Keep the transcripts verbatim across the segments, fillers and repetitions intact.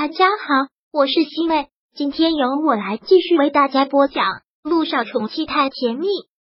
大家好，我是西妹，今天由我来继续为大家播讲《陆少宠妻太甜蜜》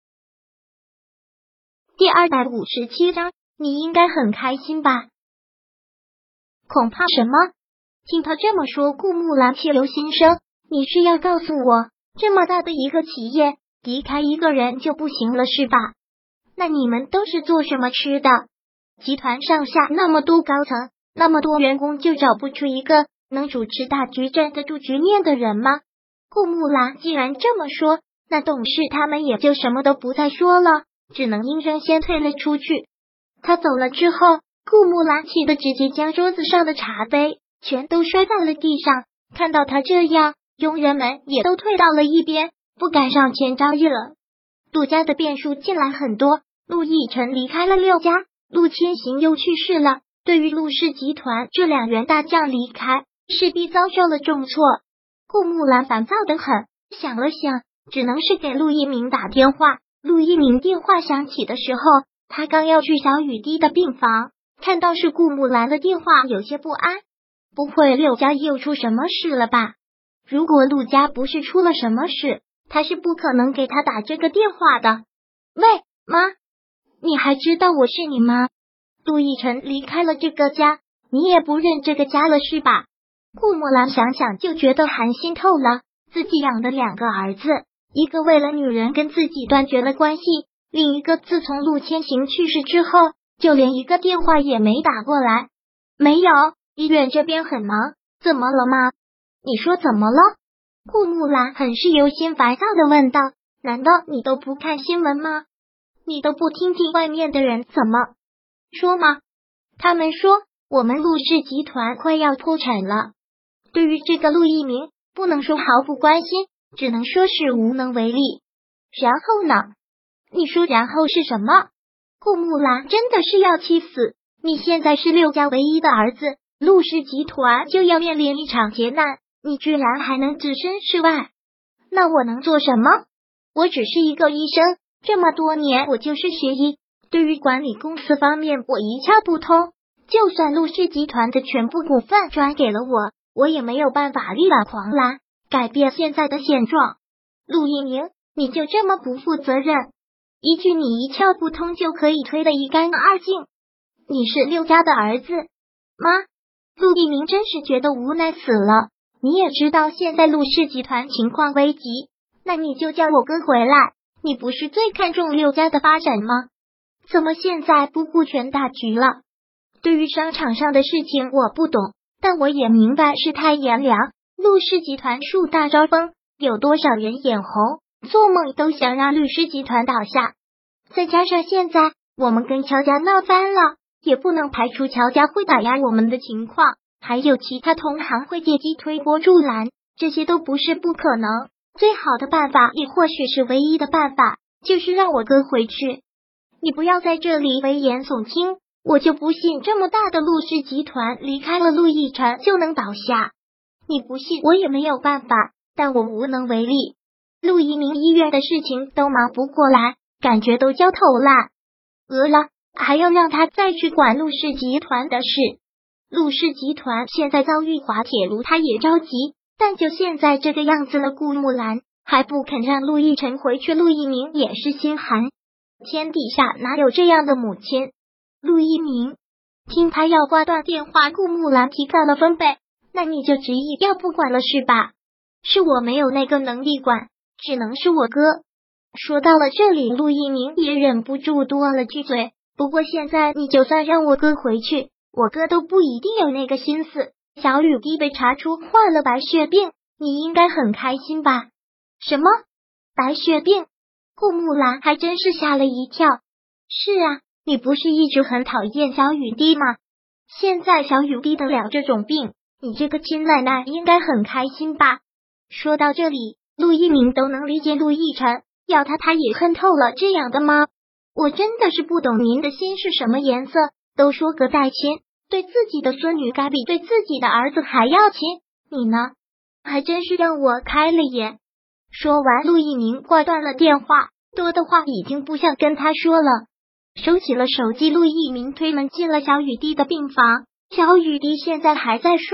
第二百五十七章。你应该很开心吧？恐怕什么？听他这么说，顾木兰气流心生。你是要告诉我，这么大的一个企业，离开一个人就不行了是吧？那你们都是做什么吃的？集团上下那么多高层，那么多员工，就找不出一个能主持大局、镇得住局面的人吗？顾木兰既然这么说，那董事他们也就什么都不再说了，只能应声先退了出去。他走了之后，顾木兰气得直接将桌子上的茶杯全都摔在了地上。看到他这样，佣人们也都退到了一边，不敢上前招惹了。陆家的变数近来很多，陆亦辰离开了陆家，陆千行又去世了。对于陆氏集团这两员大将离开，势必遭受了重挫。顾木兰烦躁得很，想了想，只能是给陆一鸣打电话。陆一鸣电话响起的时候，他刚要去小雨滴的病房，看到是顾木兰的电话，有些不安。不会陆家又出什么事了吧？如果陆家不是出了什么事，他是不可能给他打这个电话的。喂，妈，你还知道我是你妈？陆亦辰离开了这个家，你也不认这个家了是吧？顾木兰想想就觉得寒心透了。自己养的两个儿子，一个为了女人跟自己断绝了关系，另一个自从陆千行去世之后，就连一个电话也没打过来。没有，医院这边很忙。怎么了吗？你说怎么了？顾木兰很是忧心烦躁的问道。难道你都不看新闻吗？你都不听听外面的人怎么说吗？他们说我们陆氏集团快要破产了。对于这个陆一鸣，不能说毫不关心，只能说是无能为力。然后呢？你说然后是什么？顾木兰真的是要气死。你现在是陆家唯一的儿子，陆氏集团就要面临一场劫难，你居然还能置身事外。那我能做什么？我只是一个医生，这么多年我就是学医，对于管理公司方面我一窍不通。就算陆氏集团的全部股份转给了我，我也没有办法力挽狂澜，改变现在的现状。陆一鸣，你就这么不负责任？一句你一窍不通就可以推得一干二净？你是陆家的儿子妈？陆一鸣真是觉得无奈死了。你也知道现在陆氏集团情况危急，那你就叫我哥回来。你不是最看重陆家的发展吗？怎么现在不顾全大局了？对于商场上的事情我不懂，但我也明白世态炎凉。陆氏集团树大招风，有多少人眼红，做梦都想让陆氏集团倒下。再加上现在我们跟乔家闹翻了，也不能排除乔家会打压我们的情况，还有其他同行会借机推波助澜，这些都不是不可能。最好的办法，也或许是唯一的办法，就是让我哥回去。你不要在这里危言耸听，我就不信这么大的陆氏集团离开了陆亦辰就能倒下。你不信我也没有办法，但我无能为力。陆一鸣医院的事情都忙不过来，感觉都焦头烂额了，还要让他再去管陆氏集团的事。陆氏集团现在遭遇滑铁卢，他也着急，但就现在这个样子了，顾木兰还不肯让陆亦辰回去，陆一鸣也是心寒。天底下哪有这样的母亲？陆一鸣听他要挂断电话，顾木兰提高了分贝。那你就执意要不管了是吧？是我没有那个能力管，只能是我哥。说到了这里，陆一鸣也忍不住多了句嘴。不过现在你就算让我哥回去，我哥都不一定有那个心思。小雨滴被查出患了白血病，你应该很开心吧？什么白血病？顾木兰还真是吓了一跳。是啊，你不是一直很讨厌小雨滴吗？现在小雨滴得了这种病，你这个亲奶奶应该很开心吧？说到这里，陆一鸣都能理解陆亦辰，要他他也恨透了这样的吗？我真的是不懂您的心是什么颜色。都说隔代亲，对自己的孙女该比对自己的儿子还要亲，你呢？还真是让我开了眼。说完，陆一鸣挂断了电话，多的话已经不想跟他说了。收起了手机，陆一鸣推门进了小雨滴的病房。小雨滴现在还在睡，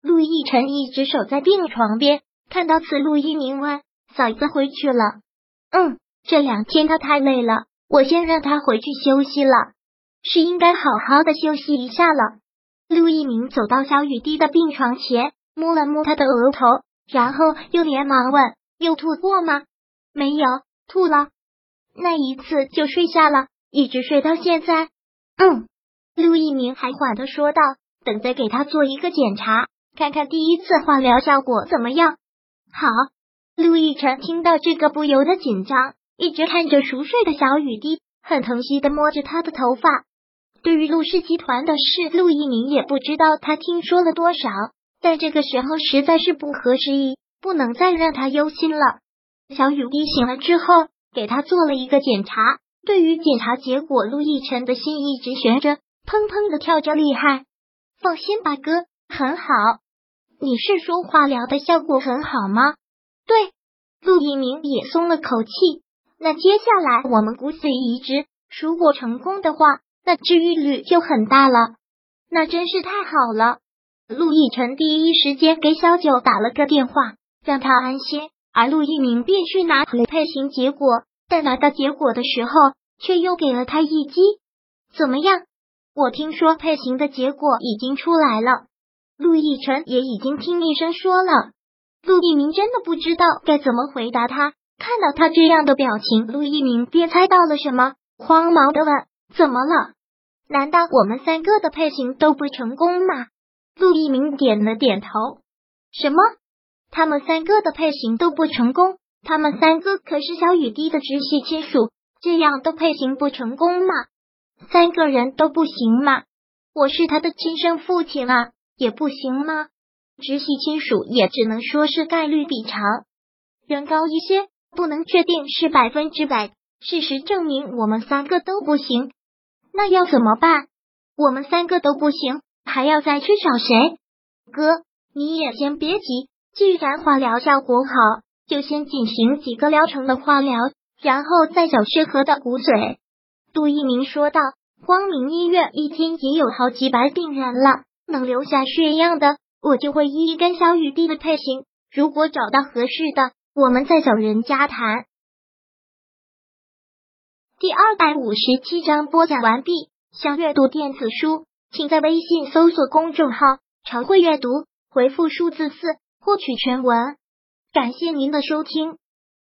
陆亦辰一直守在病床边，看到此，陆一鸣问：嫂子回去了？嗯，这两天他太累了，我先让他回去休息了，是应该好好的休息一下了。陆一鸣走到小雨滴的病床前，摸了摸他的额头，然后又连忙问：又吐过吗？没有，吐了。那一次就睡下了，一直睡到现在。嗯，陆一鸣还缓地说道，等再给他做一个检查，看看第一次化疗效果怎么样。好。陆亦辰听到这个不由得紧张，一直看着熟睡的小雨滴，很疼惜的摸着她的头发。对于陆氏集团的事，陆一鸣也不知道他听说了多少，但这个时候实在是不合时宜，不能再让他忧心了。小雨滴醒了之后，给他做了一个检查，对于检查结果，陆亦辰的心一直悬着，砰砰的跳着厉害。放心吧哥，很好。你是说化疗的效果很好吗？对，陆一鸣也松了口气。那接下来我们骨髓移植，如果成功的话，那治愈率就很大了。那真是太好了。陆亦辰第一时间给小九打了个电话，让他安心，而陆一鸣便去拿了配型结果，但拿到结果的时候，却又给了他一击。怎么样？我听说配型的结果已经出来了，陆亦辰也已经听医生说了。陆一鸣真的不知道该怎么回答他，看到他这样的表情，陆一鸣便猜到了什么，慌忙的问：怎么了？难道我们三个的配型都不成功吗？陆一鸣点了点头。什么？他们三个的配型都不成功？他们三个可是小雨滴的直系亲属，这样的配型不成功吗？三个人都不行吗？我是他的亲生父亲啊，也不行吗？直系亲属也只能说是概率比常人高一些，不能确定是百分之百。事实证明我们三个都不行，那要怎么办？我们三个都不行，还要再去找谁？哥，你也先别急，既然化疗效果好，就先进行几个疗程的化疗，然后再找适合的骨髓。杜一鸣说道，光明医院一天也有好几百病人了，能留下血样的我就会一一跟小雨滴的配型，如果找到合适的，我们再找人家谈。第二百五十七章播讲完毕。想阅读电子书，请在微信搜索公众号常会阅读，回复数字四获取全文。感谢您的收听。